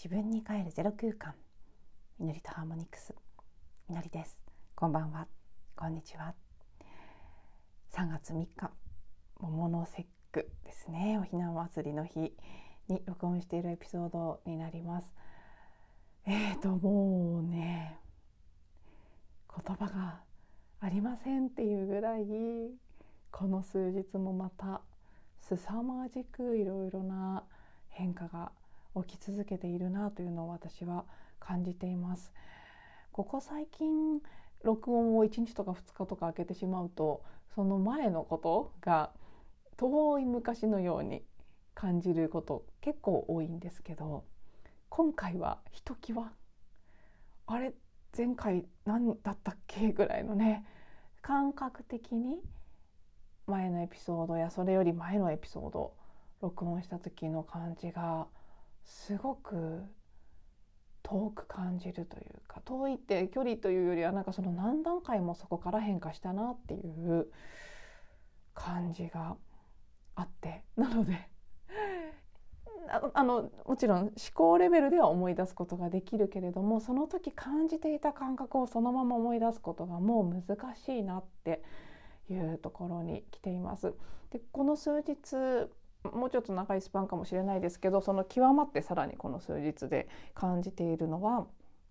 自分に帰るゼロ空間、みのりとハーモニクス、みのりです。こんばんは、こんにちは。3月3日、桃の節句ですね。おひな祭りの日に録音しているエピソードになります。もうね、言葉がありませんっていうぐらい、この数日もまた凄まじくいろいろな変化が起き続けているなというのを私は感じています。ここ最近録音を1日とか2日とか空けてしまうと、その前のことが遠い昔のように感じること結構多いんですけど、今回はひときわあれ前回何だったっけぐらいのね、感覚的に前のエピソードやそれより前のエピソード録音した時の感じがすごく遠く感じるというか、遠いって距離というよりはなんかその何段階もそこから変化したなっていう感じがあって、なのでもちろん思考レベルでは思い出すことができるけれども、その時感じていた感覚をそのまま思い出すことがもう難しいなっていうところに来ています。で、この数日もうちょっと長いスパンかもしれないですけど、その極まってさらにこの数日で感じているのは、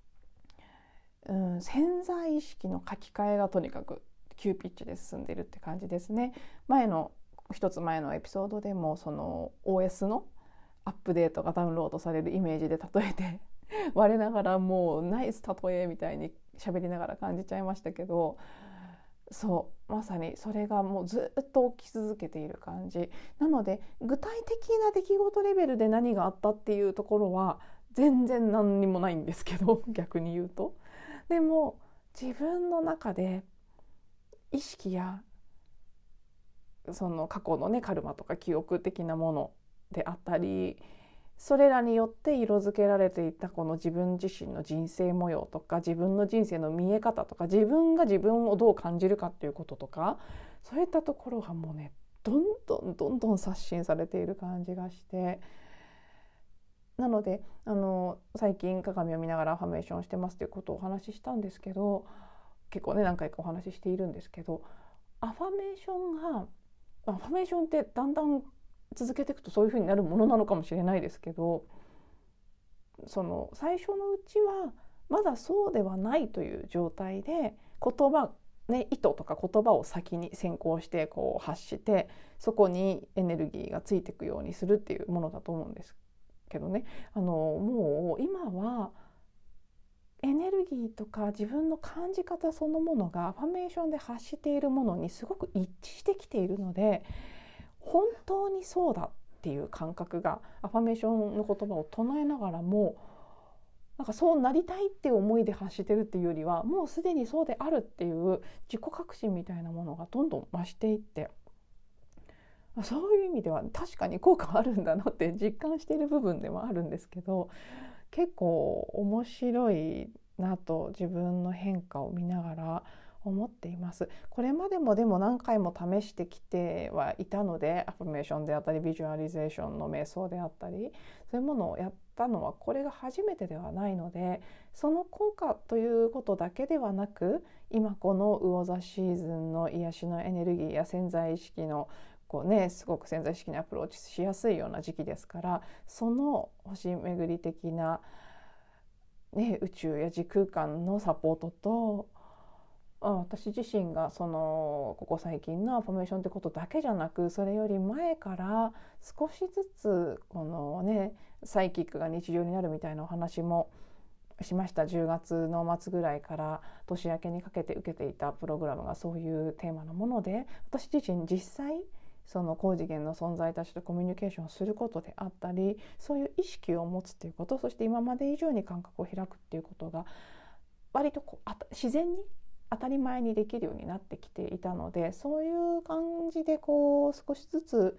潜在意識の書き換えがとにかく急ピッチで進んでいるって感じですね。一つ前のエピソードでもその OS のアップデートがダウンロードされるイメージで例えて我ながらもうナイス例えみたいに喋りながら感じちゃいましたけど、そうまさにそれがもうずっと起き続けている感じなので、具体的な出来事レベルで何があったっていうところは全然何にもないんですけど逆に言うと、でも自分の中で意識やその過去のねカルマとか記憶的なものであったり、それらによって色づけられていたこの自分自身の人生模様とか、自分の人生の見え方とか、自分が自分をどう感じるかっていうこととか、そういったところがもうねどんどん刷新されている感じがして、なので最近鏡を見ながらアファメーションしてますということをお話ししたんですけど、結構ね何回かお話ししているんですけど、アファメーションってだんだん続けていくとそういう風になるものなのかもしれないですけど、その最初のうちはまだそうではないという状態で言葉ね、意図とか言葉を先に先行してこう発して、そこにエネルギーがついていくようにするっていうものだと思うんですけどね、もう今はエネルギーとか自分の感じ方そのものがアファメーションで発しているものにすごく一致してきているので、本当にそうだっていう感覚がアファメーションの言葉を唱えながらも、なんかそうなりたいっていう思いで発してるっていうよりは、もうすでにそうであるっていう自己確信みたいなものがどんどん増していって、そういう意味では確かに効果はあるんだなって実感している部分でもあるんですけど、結構面白いなと自分の変化を見ながら思っています。これまでもでも何回も試してきてはいたので、アファメーションであったりビジュアリゼーションの瞑想であったり、そういうものをやったのはこれが初めてではないので、その効果ということだけではなく、今この魚座シーズンの癒しのエネルギーや潜在意識のすごく潜在意識にアプローチしやすいような時期ですから、その星巡り的な、宇宙や時空間のサポートと、私自身がここ最近のアファメーションってことだけじゃなく、それより前から少しずつこのねサイキックが日常になるみたいなお話もしました。10月の末ぐらいから年明けにかけて受けていたプログラムがそういうテーマのもので、私自身実際その高次元の存在たちとコミュニケーションをすることであったり、そういう意識を持つっていうこと、そして今まで以上に感覚を開くっていうことが割と自然に当たり前にできるようになってきていたので、そういう感じで少しずつ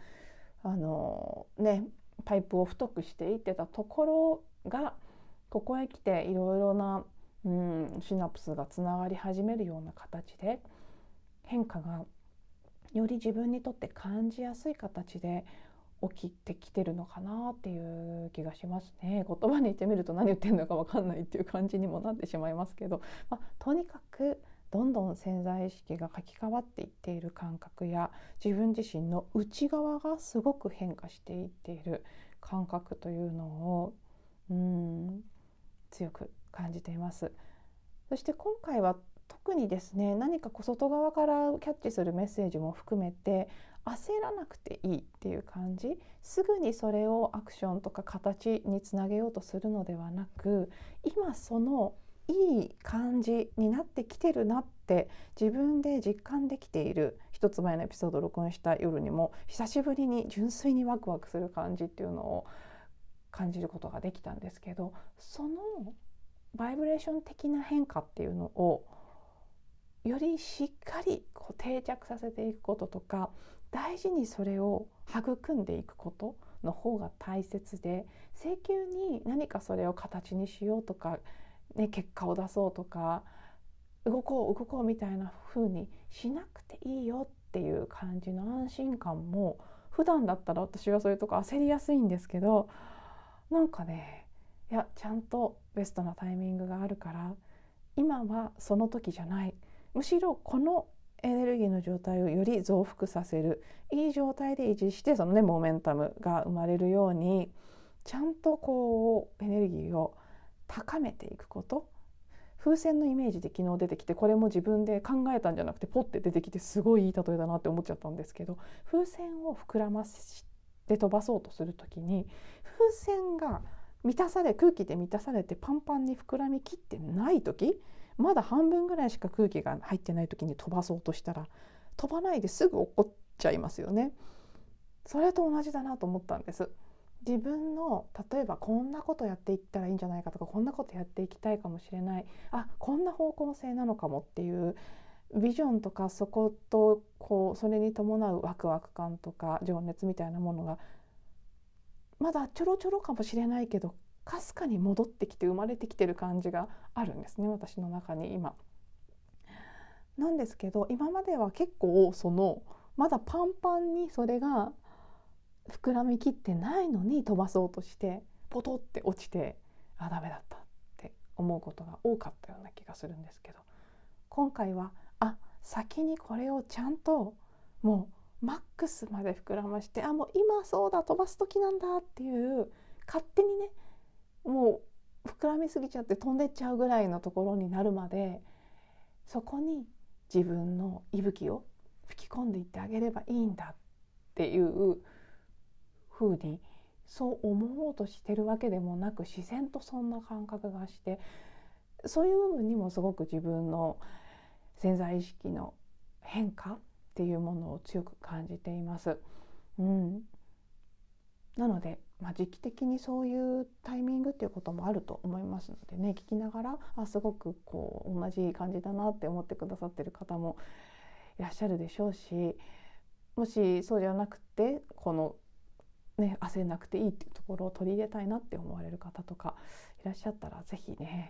パイプを太くしていってたところが、ここへ来ていろいろな、シナプスがつながり始めるような形で、変化がより自分にとって感じやすい形で起きてきてるのかなっていう気がしますね。言葉に言ってみると何言ってるのか分かんないっていう感じにもなってしまいますけど、とにかくどんどん潜在意識が書き換わっていっている感覚や自分自身の内側がすごく変化していっている感覚というのを強く感じています。そして今回は特にですね、何か外側からキャッチするメッセージも含めて焦らなくていいっていう感じ、すぐにそれをアクションとか形につなげようとするのではなく、今そのいい感じになってきてるなって自分で実感できている。一つ前のエピソードを録音した夜にも久しぶりに純粋にワクワクする感じっていうのを感じることができたんですけど、そのバイブレーション的な変化っていうのをよりしっかり定着させていくこととか、大事にそれを育んでいくことの方が大切で、請求に何かそれを形にしようとか、結果を出そうとか動こうみたいな風にしなくていいよっていう感じの安心感も、普段だったら私はそういうとこ焦りやすいんですけど、なんかね、いやちゃんとベストなタイミングがあるから、今はその時じゃない、むしろこのエネルギーの状態をより増幅させる、いい状態で維持して、そのモメンタムが生まれるようにちゃんとエネルギーを高めていくこと。風船のイメージで昨日出てきて、これも自分で考えたんじゃなくてポッて出てきて、すごいいい例えだなって思っちゃったんですけど、風船を膨らませて飛ばそうとする時に、風船が空気で満たされてパンパンに膨らみきってない時、まだ半分ぐらいしか空気が入ってない時に飛ばそうとしたら飛ばないですぐ落っこっちゃいますよね。それと同じだなと思ったんです。自分の例えばこんなことやっていったらいいんじゃないかとか、こんなことやっていきたいかもしれない、こんな方向性なのかもっていうビジョンとか、そことそれに伴うワクワク感とか情熱みたいなものがまだちょろちょろかもしれないけど、かすかに戻ってきて生まれてきてる感じがあるんですね、私の中に今。なんですけど、今までは結構まだパンパンにそれが膨らみきってないのに飛ばそうとしてポトって落ちて、ダメだったって思うことが多かったような気がするんですけど、今回は先にこれをちゃんともうマックスまで膨らまして、もう今そうだ飛ばす時なんだっていう、勝手にねもう膨らみすぎちゃって飛んでっちゃうぐらいのところになるまで、そこに自分の息吹を吹き込んでいってあげればいいんだっていう風に、そう思おうとしてるわけでもなく、自然とそんな感覚がして、そういう部分にもすごく自分の潜在意識の変化っていうものを強く感じています。なので、時期的にそういうタイミングっていうこともあると思いますのでね、聞きながらすごく同じ感じだなって思ってくださってる方もいらっしゃるでしょうし、もしそうじゃなくて焦んなくていいっていうところを取り入れたいなって思われる方とかいらっしゃったら、ぜひね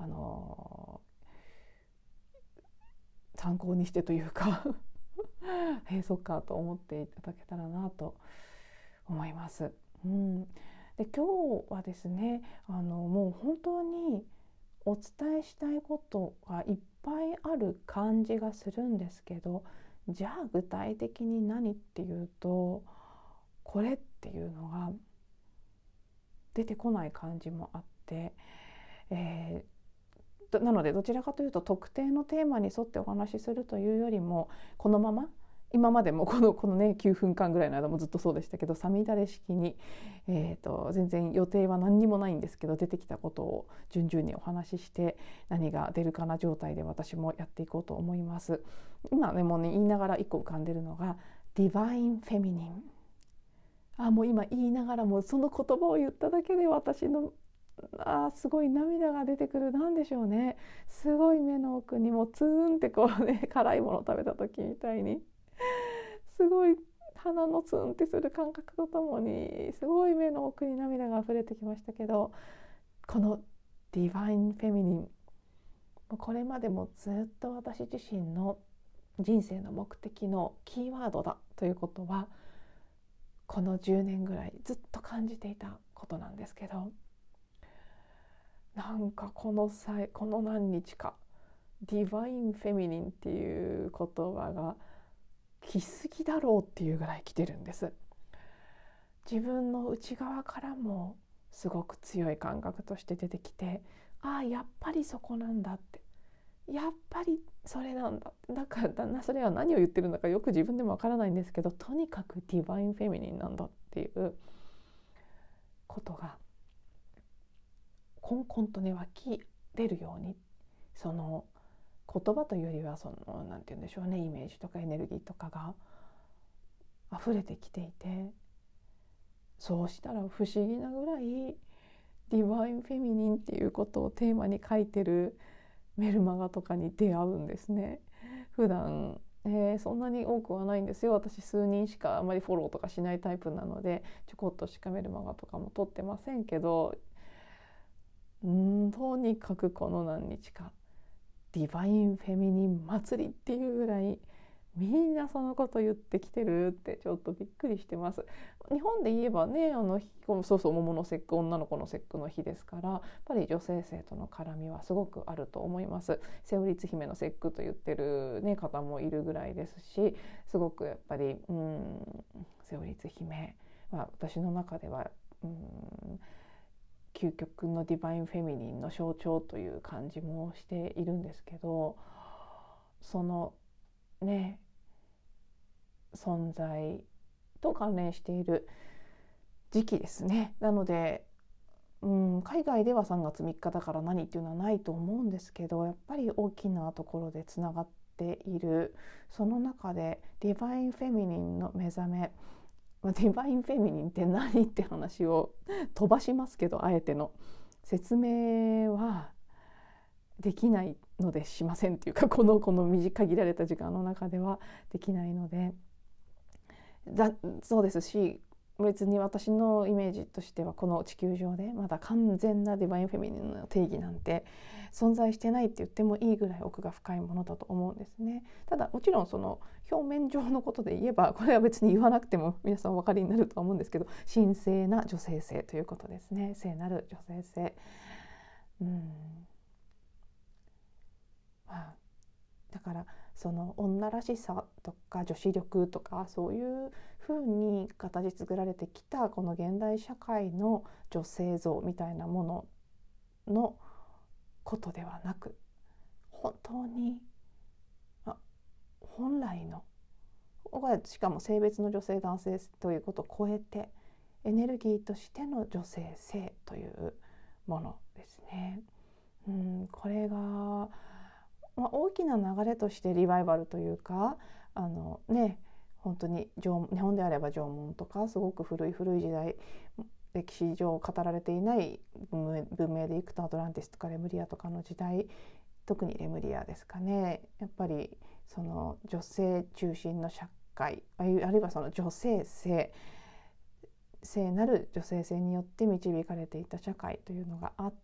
参考にしてというかそっかと思っていただけたらなと思います。で今日はですね、もう本当にお伝えしたいことがいっぱいある感じがするんですけど、じゃあ具体的に何っていうと、これっていうのが出てこない感じもあって、なのでどちらかというと特定のテーマに沿ってお話しするというよりも、このまま今までもこの9分間ぐらいの間もずっとそうでしたけど、さみだれ式に、全然予定は何にもないんですけど、出てきたことを順々にお話しして、何が出るかな状態で私もやっていこうと思います。今ねもうね言いながら一個浮かんでるのがディバインフェミニン。もう今言いながらもその言葉を言っただけで私のすごい涙が出てくる。なんでしょうね、すごい目の奥にもツーンって辛いものを食べた時みたいにすごい鼻のツーンってする感覚とともに、すごい目の奥に涙が溢れてきましたけど、このディバインフェミニン、これまでもずっと私自身の人生の目的のキーワードだということは、 この10年ぐらいずっと感じていたことなんですけど、なんかこの何日かディバインフェミニンっていう言葉が来すぎだろうっていうぐらい来てるんです。自分の内側からもすごく強い感覚として出てきて、ああやっぱりそこなんだって、やっぱりそれなんだ、だからそれは何を言ってるのかよく自分でもわからないんですけど、とにかくディバインフェミニンなんだっていうことがこんこんとね湧き出るように、その言葉というよりはなんて言うんでしょうね、イメージとかエネルギーとかが溢れてきていて、そうしたら不思議なぐらいディバインフェミニンっていうことをテーマに書いてるメルマガとかに出会うんですね。普段そんなに多くはないんですよ。私数人しかあまりフォローとかしないタイプなので、ちょこっとしかメルマガとかも撮ってませんけど、とにかくこの何日かディバインフェミニン祭りっていうぐらいみんなそのこと言ってきてるってちょっとびっくりしてます。日本で言えばね、そうそう桃の節句、女の子の節句の日ですから、やっぱり女性性との絡みはすごくあると思います。セオリツ姫の節句と言ってる、ね、方もいるぐらいですし、すごくやっぱりセオリツ姫は私の中では究極のディバインフェミニンの象徴という感じもしているんですけど、そのね存在と関連している時期ですね。なので、海外では3月3日だから何っていうのはないと思うんですけど、やっぱり大きなところでつながっている。その中でディバインフェミニンの目覚め、ディバインフェミニンって何って話を飛ばしますけど、あえての説明はできないのでしませんっていうか、この限られた時間の中ではできないので、そうですし、別に私のイメージとしてはこの地球上でまだ完全なディバインフェミニンの定義なんて存在してないって言ってもいいぐらい奥が深いものだと思うんですね。ただもちろんその表面上のことで言えば、これは別に言わなくても皆さんお分かりになるとは思うんですけど、神聖な女性性ということですね。聖なる女性性、だからその女らしさとか女子力とか、そういう風に形作られてきたこの現代社会の女性像みたいなもののことではなく、本当に本来の、しかも性別の女性男性ということを超えてエネルギーとしての女性性というものですね。これが大きな流れとしてリバイバルというか、本当に日本であれば縄文とか、すごく古い時代、歴史上語られていない文明でいくとアトランティスとかレムリアとかの時代、特にレムリアですかね、やっぱりその女性中心の社会、あるいはその女性性、聖なる女性性によって導かれていた社会というのがあって、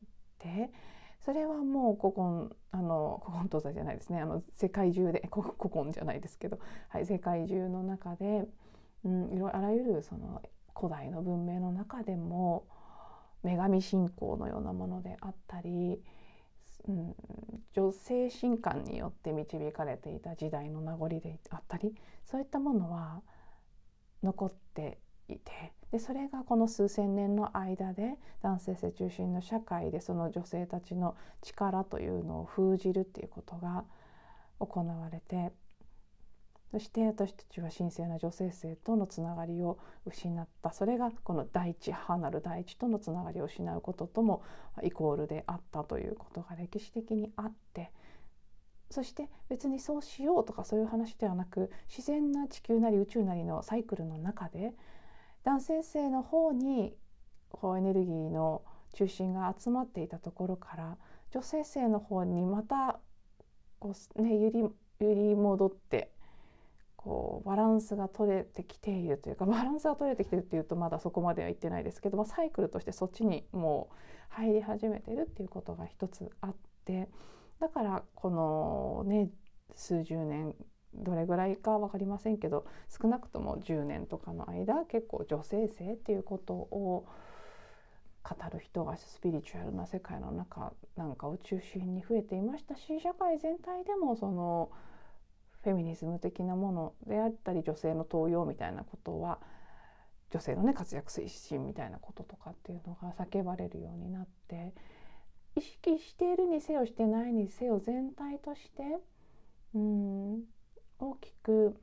それはもう古今東西じゃないですね、世界中で古今じゃないですけど、世界中の中で、あらゆるその古代の文明の中でも女神信仰のようなものであったり、女性神官によって導かれていた時代の名残であったり、そういったものは残っていて、でそれがこの数千年の間で男性性中心の社会でその女性たちの力というのを封じるっていうことが行われて、そして私たちは神聖な女性性とのつながりを失った。それがこの母なる大地とのつながりを失うことともイコールであったということが歴史的にあって、そして別にそうしようとかそういう話ではなく、自然な地球なり宇宙なりのサイクルの中で男性性の方にエネルギーの中心が集まっていたところから、女性性の方にまた揺り戻ってバランスが取れてきているというか、バランスが取れてきているっていうとまだそこまでは言ってないですけど、サイクルとしてそっちにもう入り始めてるっていうことが一つあって、だからこの数十年どれぐらいか分かりませんけど、少なくとも10年とかの間結構女性性っていうことを語る人がスピリチュアルな世界の中なんかを中心に増えていましたし、社会全体でもそのフェミニズム的なものであったり、女性の登用みたいなことは、女性のね活躍推進みたいなこととかっていうのが叫ばれるようになって、意識しているにせよしてないにせよ全体として大きく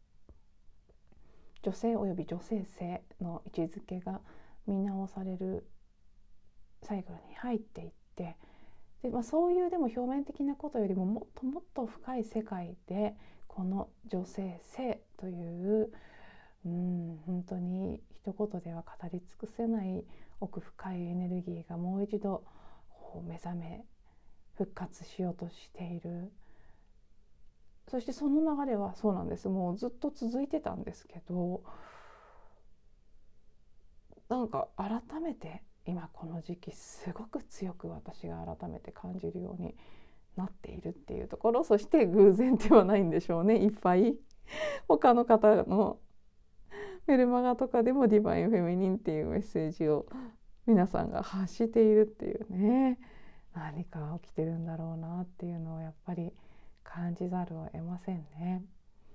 女性および女性性の位置づけが見直されるサイクルに入っていって、で、そういうでも表面的なことよりももっともっと深い世界でこの女性性という本当に一言では語り尽くせない奥深いエネルギーがもう一度目覚め復活しようとしている。そしてその流れはそうなんです、もうずっと続いてたんですけど、なんか改めて今この時期すごく強く私が改めて感じるようになっているっていうところ、そして偶然ではないんでしょうね。いっぱい他の方のメルマガとかでもディバインフェミニンっていうメッセージを皆さんが発しているっていうね、何か起きてるんだろうなっていうのをやっぱり感じざるを得ませんね。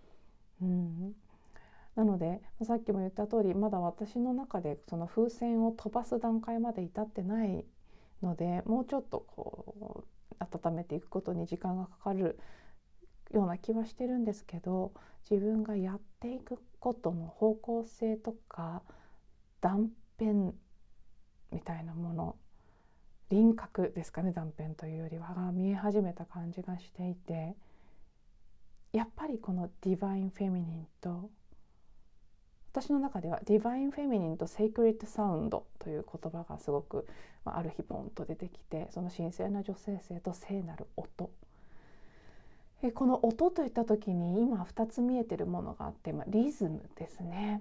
なのでさっきも言った通り、まだ私の中でその風船を飛ばす段階まで至ってないので、もうちょっとこう温めていくことに時間がかかるような気はしてるんですけど、自分がやっていくことの方向性とか断片みたいなもの、輪郭ですかね、断片というよりはが見え始めた感じがしていて、やっぱりこのディバインフェミニンと、私の中ではディバインフェミニンとセイクレッドサウンドという言葉がすごく、ある日ポンと出てきて、その神聖な女性性と聖なる音、この音といった時に今2つ見えてるものがあって、リズムですね。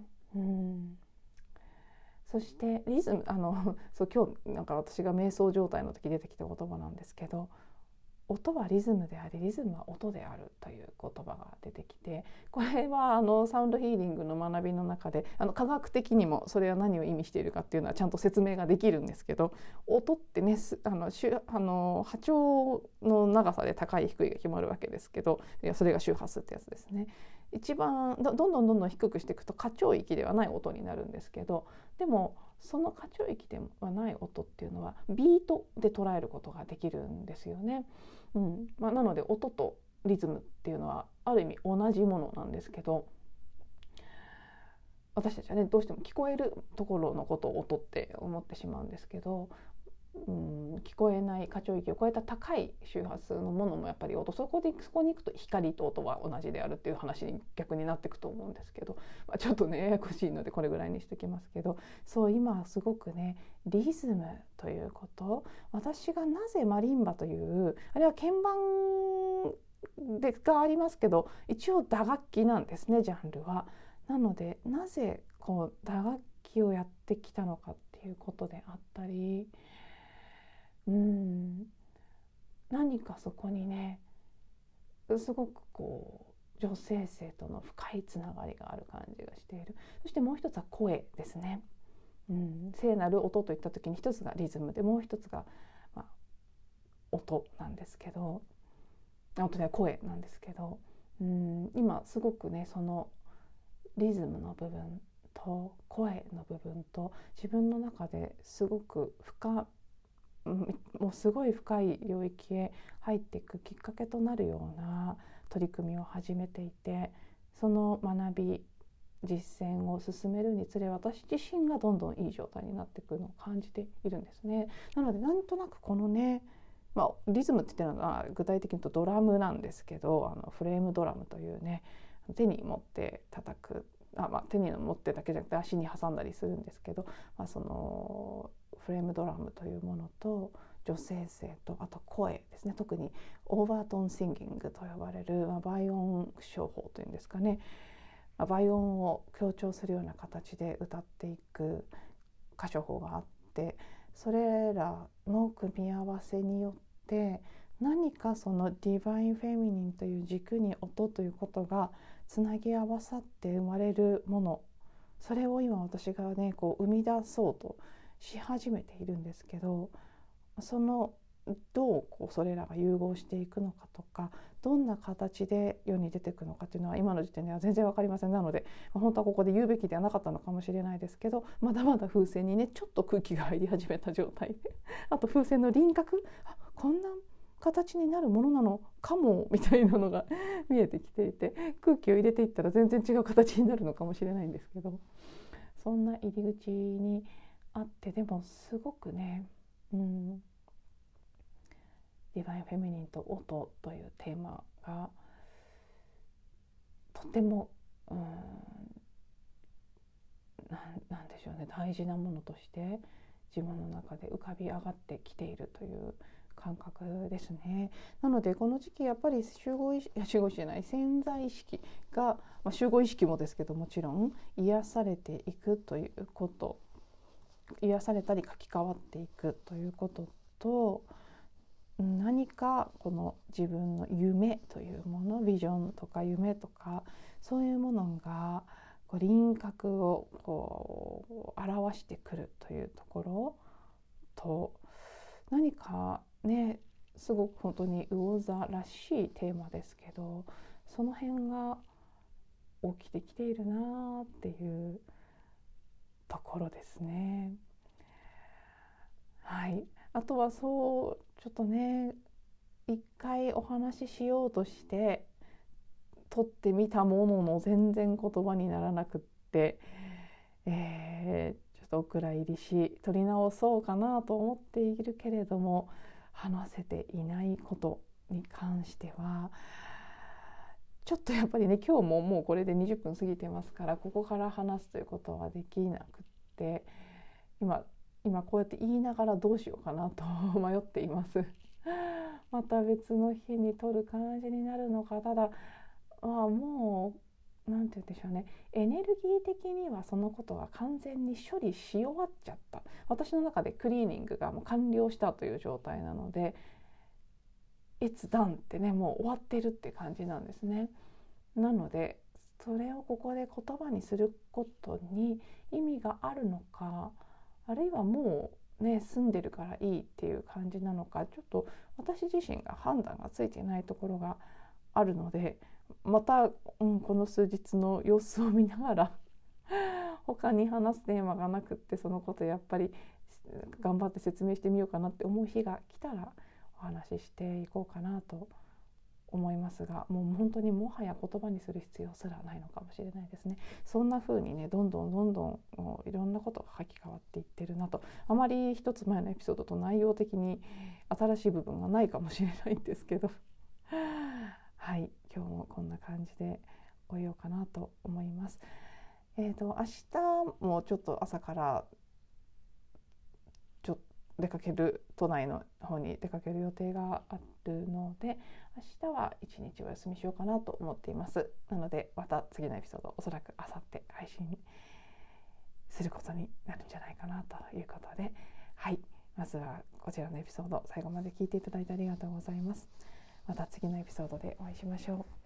そしてリズムそう今日なんか私が瞑想状態の時出てきた言葉なんですけど、音はリズムでありリズムは音であるという言葉が出てきて、これはサウンドヒーリングの学びの中で科学的にもそれは何を意味しているかっていうのはちゃんと説明ができるんですけど、音ってね波長の長さで高い低いが決まるわけですけど、それが周波数ってやつですね。一番どんどん低くしていくと過聴域ではない音になるんですけど、でもその過聴域ではない音っていうのはビートで捉えることができるんですよね。なので音とリズムっていうのはある意味同じものなんですけど、私たちはねどうしても聞こえるところのことを音って思ってしまうんですけど、聞こえない過聴域を超えた高い周波数のものもやっぱり音、そこに行くと光と音は同じであるっていう話に逆になっていくと思うんですけど、ちょっとねややこしいのでこれぐらいにしておきますけど、そう今すごくねリズムということ、私がなぜマリンバというあれは鍵盤がありますけど一応打楽器なんですね、ジャンルは。なのでなぜこう打楽器をやってきたのかっていうことであったり、何かそこにねすごくこう女性性との深いつながりがある感じがしている。そしてもう一つは声ですね。聖なる音といった時に一つがリズムでもう一つが、音なんですけど、音で声なんですけど、今すごくねそのリズムの部分と声の部分と自分の中ですごくもうすごい深い領域へ入っていくきっかけとなるような取り組みを始めていて、その学び実践を進めるにつれ私自身がどんどんいい状態になっていくのを感じているんですね。なのでなんとなくこのね、リズムって言ってるのは具体的に言うとドラムなんですけど、フレームドラムというね手に持って叩く手に持ってだけじゃなくて足に挟んだりするんですけど、そのフレームドラムというものと女性性とあと声ですね、特にオーバートーンシンギングと呼ばれる、倍音唱法というんですかね、倍音を強調するような形で歌っていく歌唱法があって、それらの組み合わせによって何かそのディバインフェミニンという軸に音ということがつなぎ合わさって生まれるもの、それを今私がねこう生み出そうとし始めているんですけど、そのどうこうそれらが融合していくのかとか、どんな形で世に出てくるのかっていうのは今の時点では全然分かりません。なので本当はここで言うべきではなかったのかもしれないですけど、まだまだ風船にねちょっと空気が入り始めた状態であと風船の輪郭、こんな形になるものなのかもみたいなのが見えてきていて、空気を入れていったら全然違う形になるのかもしれないんですけど、そんな入り口にあって、でもすごくね、ディバインフェミニンと音というテーマがとてもなんでしょうね、大事なものとして自分の中で浮かび上がってきているという感覚ですね。なのでこの時期やっぱり潜在意識が、集合意識もですけどもちろん癒されていくということ、癒されたり書き換わっていくということと、何かこの自分の夢というもの、ビジョンとか夢とかそういうものがこう輪郭をこう表してくるというところと、何かねすごく本当に魚座らしいテーマですけど、その辺が起きてきているなっていうところですね。はい、あとはそうちょっとね一回お話ししようとして撮ってみたものの全然言葉にならなくって、ちょっとお蔵入りし撮り直そうかなと思っているけれども、話せていないことに関してはちょっとやっぱりね、今日ももうこれで20分過ぎてますから、ここから話すということはできなくって、今こうやって言いながらどうしようかなと迷っていますまた別の日に撮る感じになるのか。ただもうなんて言うんでしょうね、エネルギー的にはそのことが完全に処理し終わっちゃった、私の中でクリーニングがもう完了したという状態なので、It's done ってね、もう終わってるって感じなんですね。なのでそれをここで言葉にすることに意味があるのか、あるいはもうね住んでるからいいっていう感じなのか、ちょっと私自身が判断がついていないところがあるので、また、この数日の様子を見ながら他に話すテーマがなくって、そのことやっぱり頑張って説明してみようかなって思う日が来たらお話ししていこうかなと思いますが、もう本当にもはや言葉にする必要すらないのかもしれないですね。そんな風にねどんどんいろんなことが書き換わっていってるなと。あまり一つ前のエピソードと内容的に新しい部分がないかもしれないんですけどはい、今日もこんな感じで終えようかなと思います。明日もちょっと朝から出かける、都内の方に出かける予定があるので、明日は一日お休みしようかなと思っています。なのでまた次のエピソード、おそらく明後日配信することになるんじゃないかなということで、はい、まずはこちらのエピソード最後まで聞いていただいてありがとうございます。また次のエピソードでお会いしましょう。